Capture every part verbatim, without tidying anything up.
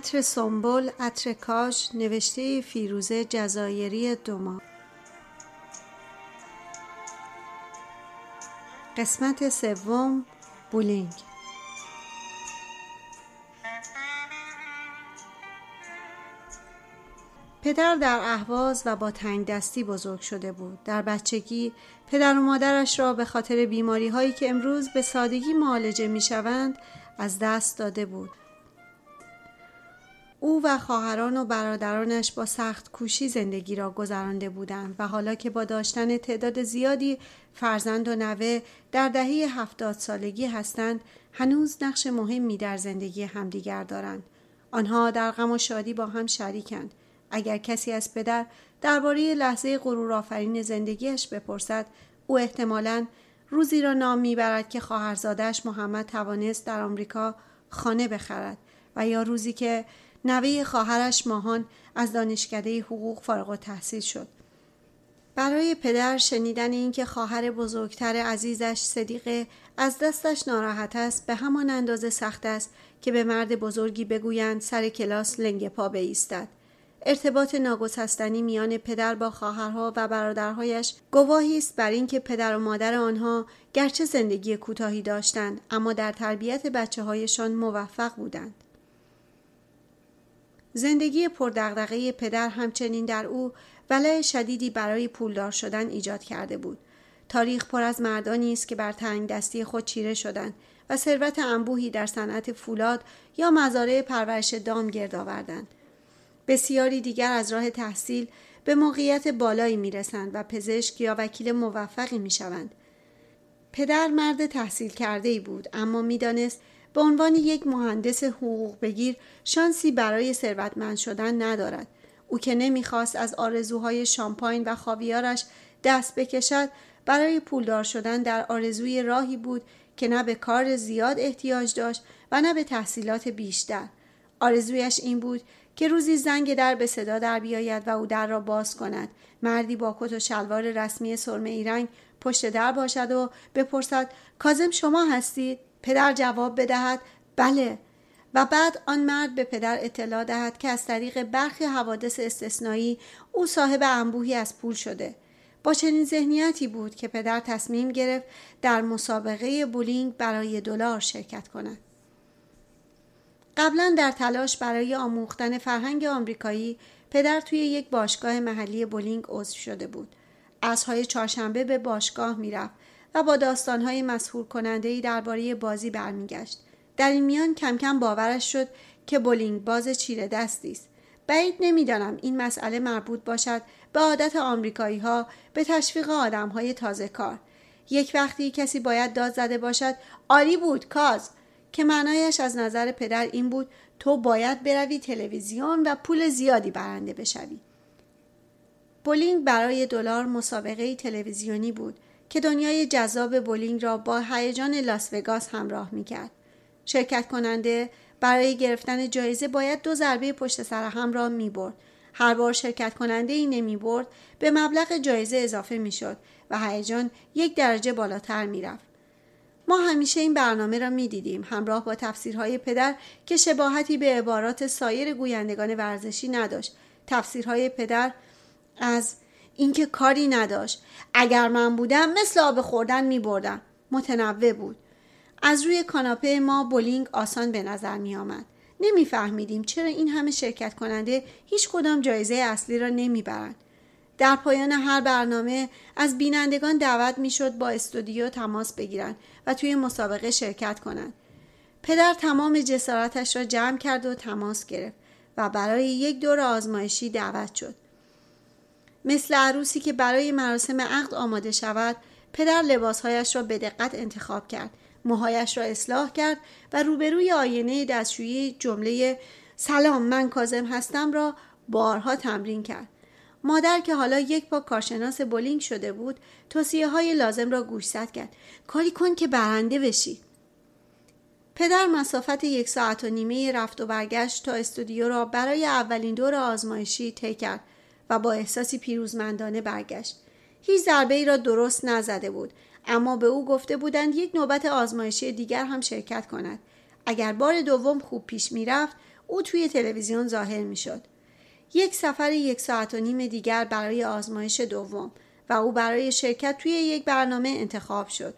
عطر سنبل، عطر کاج، نوشته فیروزه جزایری دوما. قسمت سوم، بولینگ. پدر در اهواز و با تنگ دستی بزرگ شده بود. در بچگی پدر و مادرش را به خاطر بیماری هایی که امروز به سادگی معالجه می شوند از دست داده بود. او و خواهران و برادرانش با سخت کوشی زندگی را گذرانده بودند و حالا که با داشتن تعداد زیادی فرزند و نوه در دهه هفتاد سالگی هستند، هنوز نقش مهمی در زندگی همدیگر دارند. آنها در غم و شادی با هم شریکند. اگر کسی از پدر درباره لحظه غرورآفرین زندگیش بپرسد، او احتمالاً روزی را نام میبرد که خواهرزاده‌اش محمد توانست در آمریکا خانه بخرد و یا روزی که نوه خواهرش ماهان از دانشکده حقوق فارغ التحصیل شد. برای پدر شنیدن این که خواهر بزرگتر عزیزش صدیقه از دستش ناراحت است به همان اندازه سخت است که به مرد بزرگی بگویند سر کلاس لنگ پا بایستد. ارتباط ناگسستنی میان پدر با خواهرها و برادرهایش گواهی است بر این که پدر و مادر آنها گرچه زندگی کوتاهی داشتند اما در تربیت بچه‌هایشان موفق بودند. زندگی پردغدغه پدر همچنین در او ولع شدیدی برای پولدار شدن ایجاد کرده بود. تاریخ پر از مردانی است که بر تنگ دستی خود چیره شدند و ثروت انبوهی در صنعت فولاد یا مزارع پرورش دام گرد آوردند. بسیاری دیگر از راه تحصیل به موقعیت بالایی میرسند و پزشک یا وکیل موفقی میشوند. پدر مرد تحصیل کرده‌ای بود اما میدانست به عنوان یک مهندس حقوق بگیر شانسی برای ثروتمند شدن ندارد. او که نمیخواست از آرزوهای شامپاین و خاویارش دست بکشد، برای پولدار شدن در آرزوی راهی بود که نه به کار زیاد احتیاج داشت و نه به تحصیلات بیشتر. آرزویش این بود که روزی زنگ در به صدا در بیاید و او در را باز کند. مردی با کت و شلوار رسمی سرمه‌ای رنگ پشت در باشد و بپرسد کاظم شما هستید؟ پدر جواب بدهد بله و بعد آن مرد به پدر اطلاع دهد که از طریق برخی حوادث استثنایی او صاحب انبوهی از پول شده. با چنین ذهنیتی بود که پدر تصمیم گرفت در مسابقه بولینگ برای دلار شرکت کند. قبلا در تلاش برای آموختن فرهنگ آمریکایی پدر توی یک باشگاه محلی بولینگ عضو شده بود. عصرهای چهارشنبه به باشگاه میرفت و با داستانهای مسحور کننده‌ای درباره بازی برمیگشت. در این میان کم کم باورش شد که بولینگ باز چیره دستی است. بعید نمیدانم این مسئله مربوط باشد به عادت آمریکایی‌ها به تشویق آدم‌های تازه کار. یک وقتی کسی باید داد زده باشد عالی بود کاز، که معنایش از نظر پدر این بود تو باید بروی تلویزیون و پول زیادی برنده بشوی. بولینگ برای دلار مسابقه تلویزیونی بود که دنیای جذاب بولینگ را با هیجان لاس وگاس همراه می‌کرد. شرکت کننده برای گرفتن جایزه باید دو ضربه پشت سر هم را می‌برد. هر بار شرکت کننده ای نمی‌برد به مبلغ جایزه اضافه می‌شد و هیجان یک درجه بالاتر می‌رفت. ما همیشه این برنامه را می‌دیدیم همراه با تفسیرهای پدر که شباهتی به عبارات سایر گویندگان ورزشی نداشت. تفسیرهای پدر از اینکه کاری نداشت، اگر من بودم مثل آب خوردن می‌بردم، متنوع بود. از روی کاناپه ما بولینگ آسان به نظر می آمد. نمی فهمیدیم چرا این همه شرکت کننده هیچ کدام جایزه اصلی را نمی برند. در پایان هر برنامه از بینندگان دعوت می شد با استودیو تماس بگیرند و توی مسابقه شرکت کنند. پدر تمام جسارتش را جمع کرد و تماس گرفت و برای یک دور آزمایشی دعوت شد. مثل عروسی که برای مراسم عقد آماده شود، پدر لباسهایش را به دقت انتخاب کرد. موهایش را اصلاح کرد و روبروی آینه دستشویی جمله سلام من کاظم هستم را بارها تمرین کرد. مادر که حالا یک پا کارشناس بولینگ شده بود توصیه های لازم را گوشزد کرد. کاری کن که برنده بشی. پدر مسافت یک ساعت و نیمه رفت و برگشت تا استودیو را برای اولین دور آزمایشی طی کرد و با احساسی پیروزمندانه برگشت. هیچ ضربه ای را درست نزده بود اما به او گفته بودند یک نوبت آزمایشی دیگر هم شرکت کند. اگر بار دوم خوب پیش می رفت او توی تلویزیون ظاهر میشد. یک سفر یک ساعت و نیم دیگر برای آزمایش دوم و او برای شرکت توی یک برنامه انتخاب شد.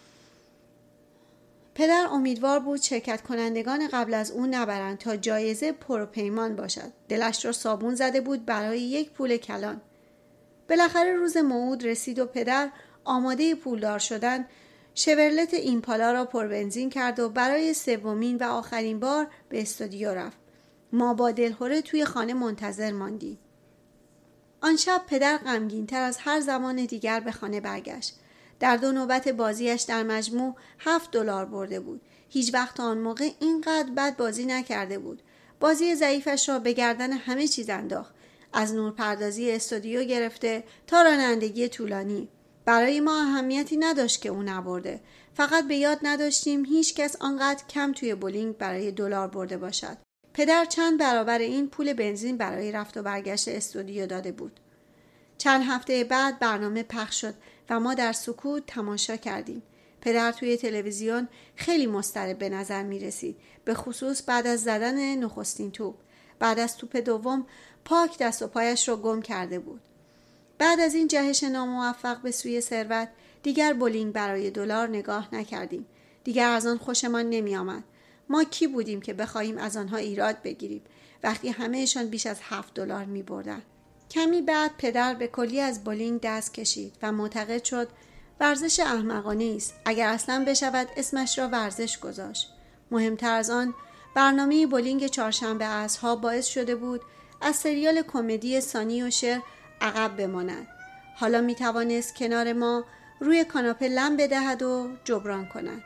پدر امیدوار بود شرکت کنندگان قبل از اون نبرند تا جایزه پروپیمان باشد. دلش را صابون زده بود برای یک پول کلان. بالاخره روز موعود رسید و پدر آماده پولدار شدن شورلت ایمپالا را پربنزین کرد و برای سومین و آخرین بار به استودیو رفت. ما با دلهره توی خانه منتظر ماندیم. آن شب پدر غمگین‌تر از هر زمان دیگر به خانه برگشت. در دو نوبت بازیش در مجموع هفت دلار برده بود. هیچ وقت آن موقع اینقدر بد بازی نکرده بود. بازی ضعیفش را به گردن همه چیز انداخت. از نورپردازی استودیو گرفته تا رانندگی طولانی. برای ما اهمیتی نداشت که او نبرده. فقط به یاد نداشتیم هیچ کس آنقدر کم توی بولینگ برای دلار برده باشد. پدر چند برابر این پول بنزین برای رفت و برگشت استودیو داده بود. چند هفته بعد برنامه پخش شد و ما در سکوت تماشا کردیم. پدر توی تلویزیون خیلی مضطرب به نظر می رسید. به خصوص بعد از زدن نخستین توپ. بعد از توپ دوم پاک دست و پایش را گم کرده بود. بعد از این جهش ناموفق به سوی ثروت دیگر بولینگ برای دلار نگاه نکردیم. دیگر از آن خوشمان نمی آمد. ما کی بودیم که بخواهیم از آنها ایراد بگیریم وقتی همهشان بیش از هفت دلار می بردن. کمی بعد پدر به کلی از بولینگ دست کشید و معتقد شد ورزش احمقانه است. اگر اصلا بشود اسمش را ورزش گذاشت. مهمتر از آن برنامه بولینگ چهارشنبه عصرها باعث شده بود از سریال کمدی سانی و شر عقب بماند. حالا می توانست کنار ما روی کاناپه لم بدهد و جبران کند.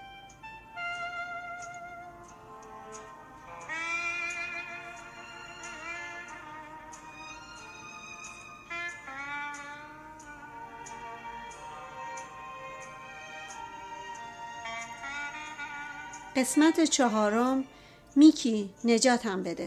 قسمت چهارم، میکی نجاتم بده.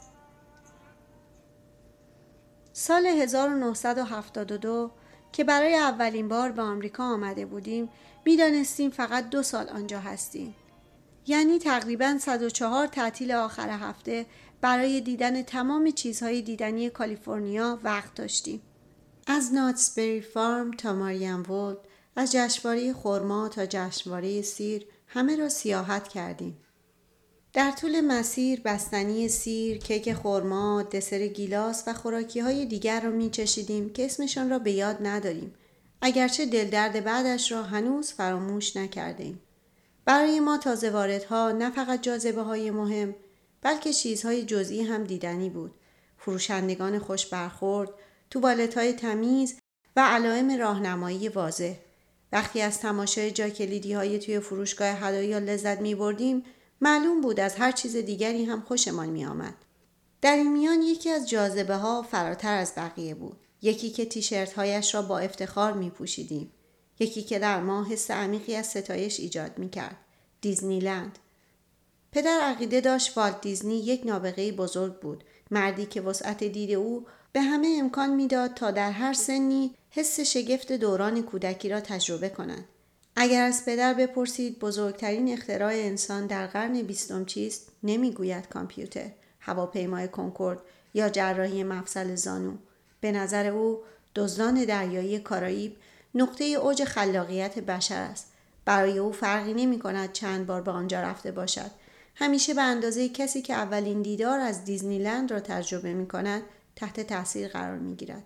سال هزار و نهصد و هفتاد و دو که برای اولین بار به آمریکا آمده بودیم میدانستیم فقط دو سال آنجا هستیم. یعنی تقریباً صد و چهار تعطیل آخر هفته برای دیدن تمام چیزهای دیدنی کالیفرنیا وقت داشتیم. از ناتسبری فارم تا ماریم ولد، از جشنواره خرما تا جشنواره سیر همه را سیاحت کردیم. در طول مسیر بستنی سیر، کیک خرما، دسر گیلاس و خوراکی‌های دیگر را می‌چشیدیم که اسمشان را به یاد نداریم، اگرچه دلدرد بعدش را هنوز فراموش نکردیم. برای ما تازه واردها نه فقط جاذبه‌های مهم، بلکه چیزهای جزئی هم دیدنی بود. فروشندگان خوش برخورد، توالت‌های تمیز و علائم راهنمایی واضح. وقتی از تماشای جاکلیدی‌های توی فروشگاه هدایا لذت می‌بردیم، معلوم بود از هر چیز دیگری هم خوشمان می‌آمد. در این میان یکی از جاذبه‌ها فراتر از بقیه بود. یکی که تیشرت‌هایش را با افتخار می‌پوشیدیم. یکی که در ما حس عمیقی از ستایش ایجاد می‌کرد. دیزنیلند. پدر عقیده داشت والت دیزنی یک نابغه بزرگ بود. مردی که وسعت دید او به همه امکان میداد تا در هر سنی حس شگفت دوران کودکی را تجربه کنند. اگر از پدر بپرسید بزرگترین اختراع انسان در قرن بیستم چیست، نمیگوید کامپیوتر، هواپیمای کنکورد یا جراحی مفصل زانو. به نظر او دزدان دریایی کارائیب نقطه اوج خلاقیت بشر است. برای او فرقی نمی کند چند بار به آنجا رفته باشد. همیشه به اندازه کسی که اولین دیدار از دیزنیلند را تجربه می کند تحت تاثیر قرار می گیرد.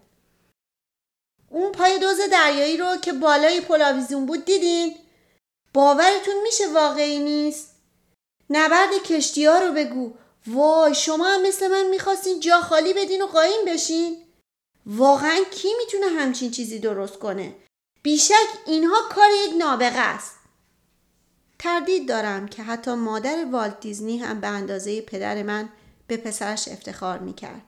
اون پای دوز دریایی رو که بالای پلاویزون بود دیدین؟ باورتون میشه واقعی نیست؟ نبرد کشتی ها رو بگو. وای شما هم مثل من میخواستین جا خالی بدین و قایم بشین؟ واقعا کی میتونه همچین چیزی درست کنه؟ بیشک اینها کار یک نابغه است. تردید دارم که حتی مادر والت دیزنی هم به اندازه پدر من به پسرش افتخار میکرد.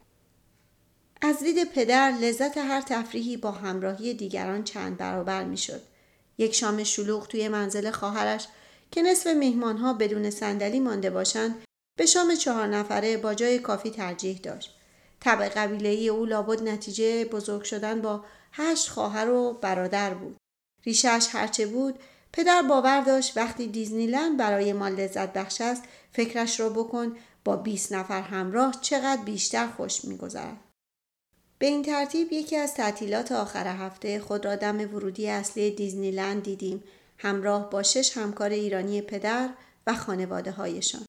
از دید پدر لذت هر تفریحی با همراهی دیگران چند برابر میشد. یک شام شلوغ توی منزل خواهرش که نصف مهمانها بدون صندلی مانده باشند به شام چهار نفره با جای کافی ترجیح داشت. طبع قبیله‌ای او لابد نتیجه بزرگ شدن با هشت خواهر و برادر بود. ریشش هرچه بود، پدر باور داشت وقتی دیزنیلند برای ما لذت بخش است، فکرش را بکن با بیست نفر همراه چقدر بیشتر خوش می‌گذرد. به این ترتیب یکی از تعطیلات آخر هفته خود را دم ورودی اصلی دیزنیلند دیدیم، همراه با شش همکار ایرانی پدر و خانواده هایشان.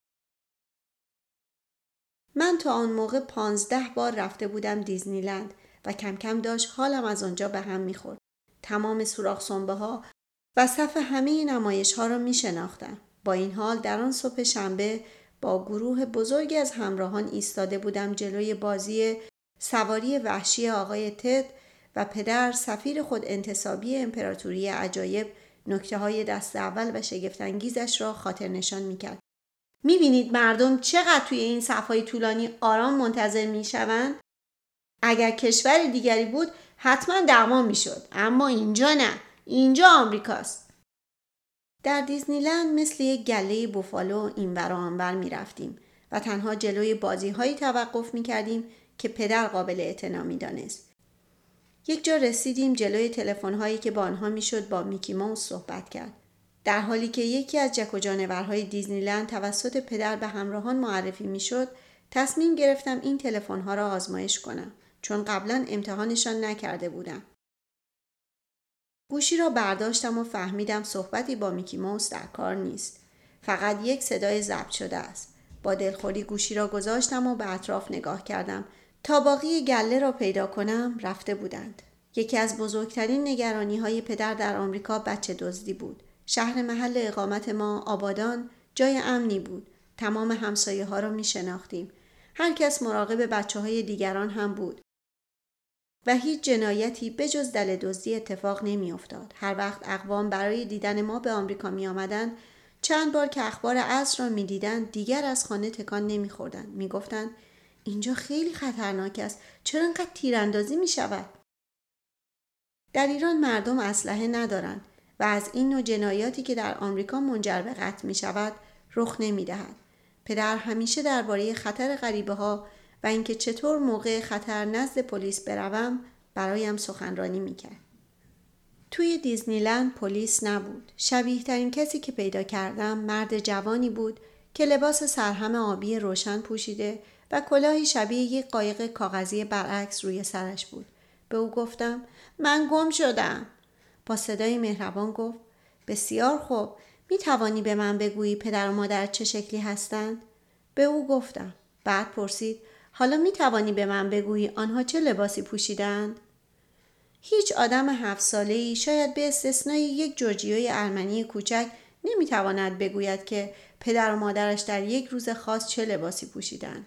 من تا آن موقع پانزده بار رفته بودم دیزنیلند و کم کم داشت حالم از آنجا به هم می‌خورد. تمام سوراخ سنبه ها و صف همه نمایش ها را می شناختم. با این حال در آن صبح شنبه با گروه بزرگی از همراهان ایستاده بودم جلوی بازی سواری وحشی آقای تد و پدر سفیر خود انتصابی امپراتوری عجایب نکته های دست اول و شگفت‌انگیزش را خاطر نشان می کرد. می بینید مردم چقدر توی این صف‌های طولانی آرام منتظر می شوند؟ اگر کشور دیگری بود حتما دعوا می شد، اما اینجا نه، اینجا آمریکاست. در دیزنیلند مثل یک گله بوفالو اینور و آنور می رفتیم و تنها جلوی بازی هایی توقف می کردیم که پدر قابل اعتنا می دانست. یک جا رسیدیم جلوی تلفن هایی که با آنها می شد با میکی ماوس صحبت کرد. در حالی که یکی از جک و جانورهای دیزنیلند توسط پدر به همراهان معرفی می شد، تصمیم گرفتم این تلفن ها را آزمایش کنم، چون قبلا امتحانشان نکرده بودم. گوشی را برداشتم و فهمیدم صحبتی با میکی ماوس در کار نیست. فقط یک صدای ضبط شده است. با دلخوری گوشی را گذاشتم و به اطراف نگاه کردم. تا باقی گله را پیدا کنم رفته بودند. یکی از بزرگترین نگرانی های پدر در آمریکا بچه دزدی بود. شهر محل اقامت ما آبادان جای امنی بود. تمام همسایه ها را می شناختیم. هر کس مراقب بچه های دیگران هم بود. و هیچ جنایتی بجز دل دزدی اتفاق نمی افتاد. هر وقت اقوام برای دیدن ما به آمریکا می آمدند، چند بار که اخبار عصر را می دیدند دیگر از خانه تکان نمی خوردند. می گفتند اینجا خیلی خطرناک است. چرا انقدر تیراندازی می شود؟ در ایران مردم اسلحه ندارند و از این نوع جنایاتی که در آمریکا منجر به قتل می شود رخ نمی دهد. پدر همیشه درباره خطر غریبه ها و اینکه چطور موقع خطر نزد پلیس بروم برایم سخنرانی میکرد. توی دیزنیلند پلیس نبود. شبیه ترین کسی که پیدا کردم مرد جوانی بود که لباس سرهم آبی روشن پوشیده و کلاهی شبیه یک قایق کاغذی برعکس روی سرش بود. به او گفتم من گم شدم. با صدای مهربان گفت بسیار خوب، می توانی به من بگویی پدر و مادر چه شکلی هستند؟ به او گفتم. بعد پرسید حالا می توانی به من بگویی آنها چه لباسی پوشیدند؟ هیچ آدم هفت ساله‌ای شاید به استثنای یک جورجیوی ارمنی کوچک نمی تواند بگوید که پدر و مادرش در یک روز خاص چه لباسی پوشیدند.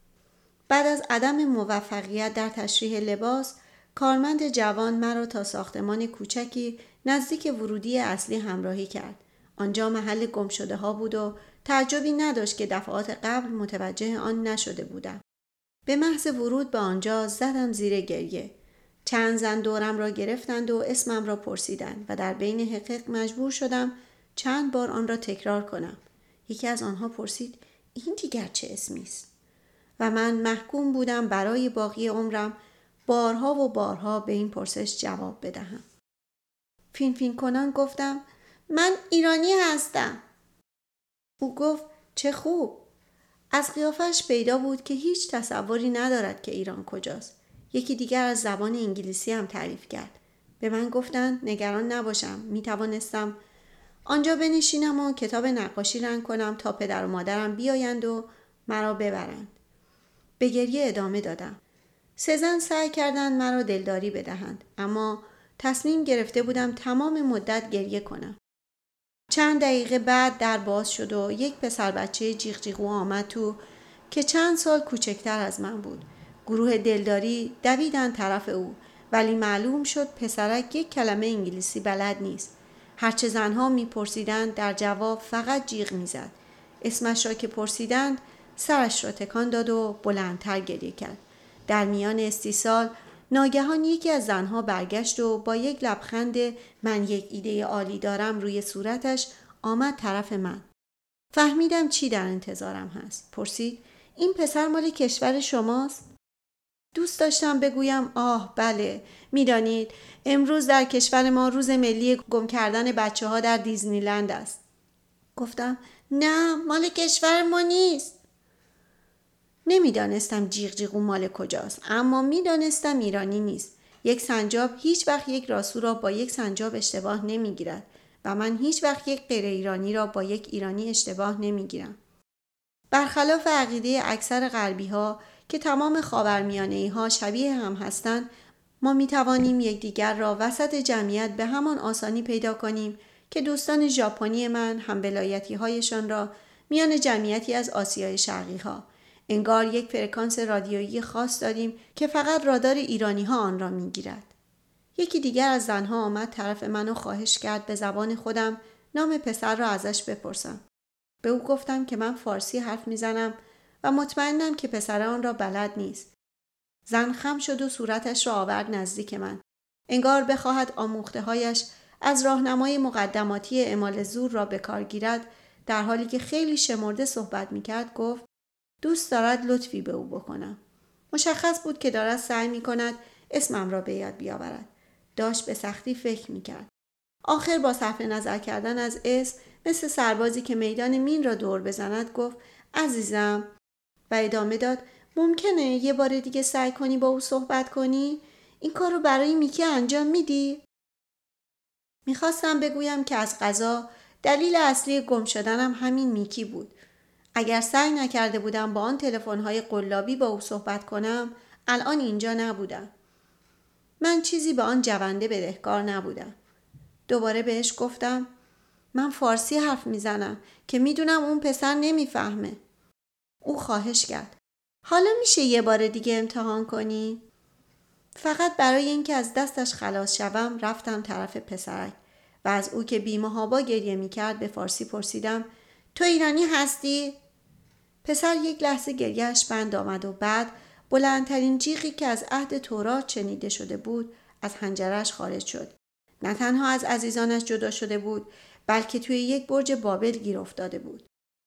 بعد از عدم موفقیت در تشریح لباس، کارمند جوان مرا تا ساختمان کوچکی نزدیک ورودی اصلی همراهی کرد. آنجا محل گمشده ها بود و تعجبی نداشت که دفعات قبل متوجه آن نشده بودم. به محض ورود به آنجا زدم زیر گریه. چند زن دورم را گرفتند و اسمم را پرسیدند و در بین حقیق مجبور شدم چند بار آن را تکرار کنم. یکی از آنها پرسید این دیگر چه اسمی است؟ و من محکوم بودم برای باقی عمرم بارها و بارها به این پرسش جواب بدهم. فین فین کنان گفتم من ایرانی هستم. او گفت چه خوب. از قیافش پیدا بود که هیچ تصوری ندارد که ایران کجاست. یکی دیگر از زبان انگلیسی هم تعریف کرد. به من گفتند نگران نباشم، می توانستم آنجا بنشینم و کتاب نقاشی رنگ کنم تا پدر و مادرم بیایند و مرا ببرند. به گریه ادامه دادم. سه زن سعی کردند مرا دلداری بدهند، اما تصمیم گرفته بودم تمام مدت گریه کنم. چند دقیقه بعد در باز شد و یک پسر بچه جیغ جیغو آمد تو که چند سال کوچکتر از من بود. گروه دلداری دویدن طرف او، ولی معلوم شد پسرک یک کلمه انگلیسی بلد نیست. هرچه زنها می پرسیدند در جواب فقط جیغ می زد. اسمش را که پرسیدند سرش را تکان داد و بلندتر گریه کرد. در میان استیصال ناگهان یکی از زنها برگشت و با یک لبخند من یک ایده عالی دارم روی صورتش آمد طرف من. فهمیدم چی در انتظارم هست. پرسید این پسر مال کشور شماست؟ دوست داشتم بگویم آه بله، میدانید امروز در کشور ما روز ملی گم کردن بچه ها در دیزنیلند است. گفتم نه، مال کشور ما نیست. نمیدانستم جیغ جیغو مال کجاست، اما میدانستم ایرانی نیست. یک سنجاب هیچ وقت یک راسو را با یک سنجاب اشتباه نمیگیرد و من هیچ وقت یک غیر ایرانی را با یک ایرانی اشتباه نمیگیرم. برخلاف عقیده اکثر غربی ها که تمام خاورمیانه‌ای ها شبیه هم هستند، ما می توانیم یکدیگر را وسط جمعیت به همان آسانی پیدا کنیم که دوستان ژاپنی من هم ولایتی هایشان را میان جمعیتی از آسیای شرقی ها. انگار یک فرکانس رادیویی خاص داریم که فقط رادار ایرانی ها آن را می گیرد. یکی دیگر از زنها آمد طرف من و خواهش کرد به زبان خودم نام پسر را ازش بپرسم. به او گفتم که من فارسی حرف میزنم و مطمئنم که پسر آن را بلد نیست. زن خم شد و صورتش را آورد نزدیک من. انگار بخواهد آموخته هایش از راهنمای مقدماتی اعمال زور را به کار گیرد، در حالی که خیلی شمرده صحبت میکرد گفت دوست دارد لطفی به او بکنم. مشخص بود که دارد سعی میکند اسمم را به یاد بیاورد. داشت به سختی فکر میکرد. آخر با صرف نظر کردن از اسم، مثل سربازی که میدان مین را دور بزند گفت عزیزم و ادامه داد ممکنه یه بار دیگه سعی کنی با او صحبت کنی؟ این کار رو برای میکی انجام میدی؟ میخواستم بگویم که از قضا دلیل اصلی گم شدنم همین میکی بود. اگر سعی نکرده بودم با آن تلفن‌های قلابی با او صحبت کنم، الان اینجا نبودم. من چیزی به آن جونده بدهکار نبودم. دوباره بهش گفتم من فارسی حرف میزنم که میدونم اون پسر نمیفهمه. او خواهش کرد حالا میشه یه بار دیگه امتحان کنی؟ فقط برای اینکه از دستش خلاص شوم رفتم طرف پسرک و از او که بی‌محابا گریه میکرد به فارسی پرسیدم تو ایرانی هستی؟ پسر یک لحظه گریهش بند آمد و بعد بلندترین جیغی که از عهد تورات شنیده شده بود از حنجرش خارج شد. نه تنها از عزیزانش جدا شده بود، بلکه توی یک برج بابل گیر افتاده بود.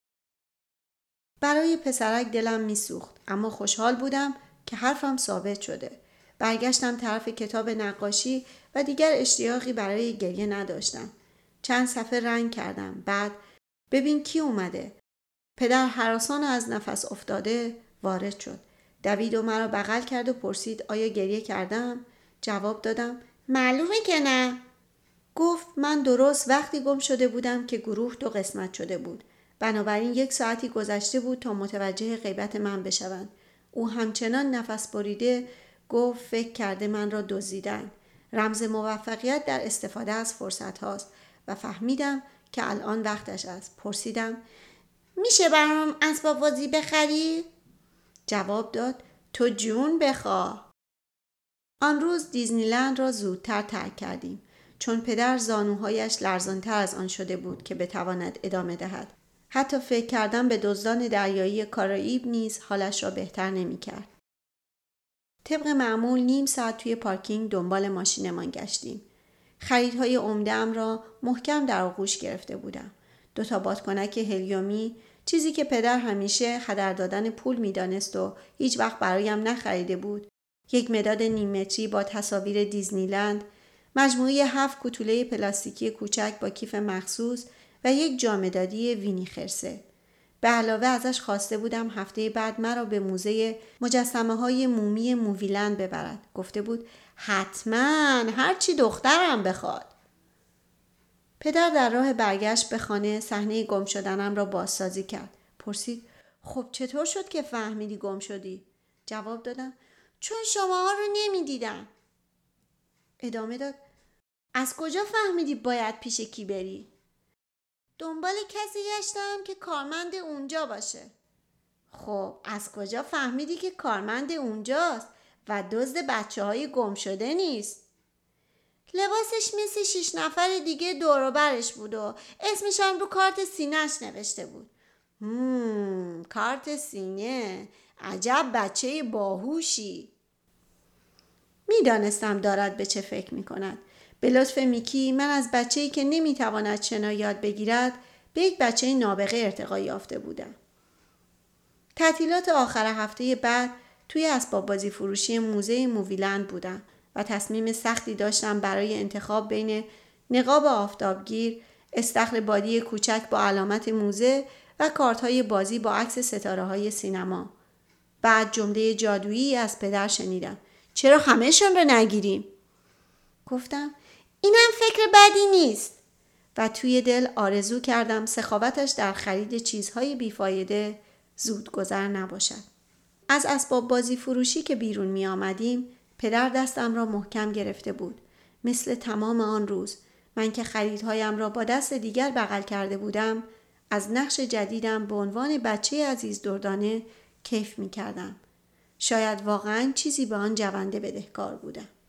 برای پسرک دلم میسوخت، اما خوشحال بودم که حرفم ثابت شده. برگشتم طرف کتاب نقاشی و دیگر اشتیاقی برای گریه نداشتم. چند صفحه رنگ کردم. بعد ببین کی اومده. پدر هراسان از نفس افتاده وارد شد. دوید و مرا بغل کرد و پرسید آیا گریه کردم؟ جواب دادم معلومه که نه. گفت من درست وقتی گم شده بودم که گروه دو قسمت شده بود. بنابراین یک ساعتی گذشته بود تا متوجه غیبت من بشوند. او همچنان نفس بریده گفت فکر کرده من را دزدیدن. رمز موفقیت در استفاده از فرصت هاست و فهمیدم که الان وقتش است. پرسیدم میشه برام اسباب بازی بخری؟ جواب داد تو جون بخواه. آن روز دیزنیلند را زودتر ترک کردیم چون پدر زانوهایش لرزانتر از آن شده بود که بتواند ادامه دهد. حتی فکر کردم به دزدان دریایی کارائیب نیز حالش را بهتر نمی کرد. طبق معمول نیم ساعت توی پارکینگ دنبال ماشینمان گشتیم. خریدهای عمده‌ام را محکم در آغوش گرفته بودم. دو تا بادکنک هلیومی، چیزی که پدر همیشه هدر دادن پول می‌دانست و هیچ وقت برایم نخریده بود. یک مداد نیم متری با تصاویر دیزنیلند، مجموعه هفت کوتوله پلاستیکی کوچک با کیف مخصوص و یک جامدادی وینی خرسه. به علاوه ازش خواسته بودم هفته بعد مرا به موزه مجسمه های مومی موویلند ببرد. گفته بود حتما هرچی دخترم بخواد. پدر در راه برگشت به خانه صحنه گم شدنم را بازسازی کرد. پرسید خب چطور شد که فهمیدی گم شدی؟ جواب دادم چون شماها رو نمیدیدم. ادامه داد از کجا فهمیدی باید پیش کی بری؟ دنبال کسی گشتم که کارمند اونجا باشه. خب از کجا فهمیدی که کارمند اونجاست و دزد بچه های گم شده نیست؟ لباسش مثل شش نفر دیگه دور و برش بود و اسمش هم رو کارت سینه‌اش نوشته بود. هم کارت سینه، عجب بچه باهوشی. میدانستم دارد به چه فکر میکند. به لطف میکی من از بچه‌ای که نمیتواند شنا یاد بگیرد به یک بچه نابغه ارتقا یافته بودم. تعطیلات آخر هفته بعد توی اسباب بازی فروشی موزه موویلند بودم و تصمیم سختی داشتم برای انتخاب بین نقاب آفتابگیر، استخر بادی کوچک با علامت موزه و کارت‌های بازی با عکس ستاره‌های سینما. بعد جمله جادویی از پدر شنیدم. چرا همه‌شان را نگیریم؟ گفتم اینم فکر بدی نیست و توی دل آرزو کردم سخاوتش در خرید چیزهای بیفایده زود گذر نباشد. از اسباب بازی فروشی که بیرون می آمدیم پدر دستم را محکم گرفته بود. مثل تمام آن روز من که خریدهایم را با دست دیگر بغل کرده بودم از نقش جدیدم به عنوان بچه عزیز دردانه کیف می کردم. شاید واقعاً چیزی به آن جونده بدهکار بودم.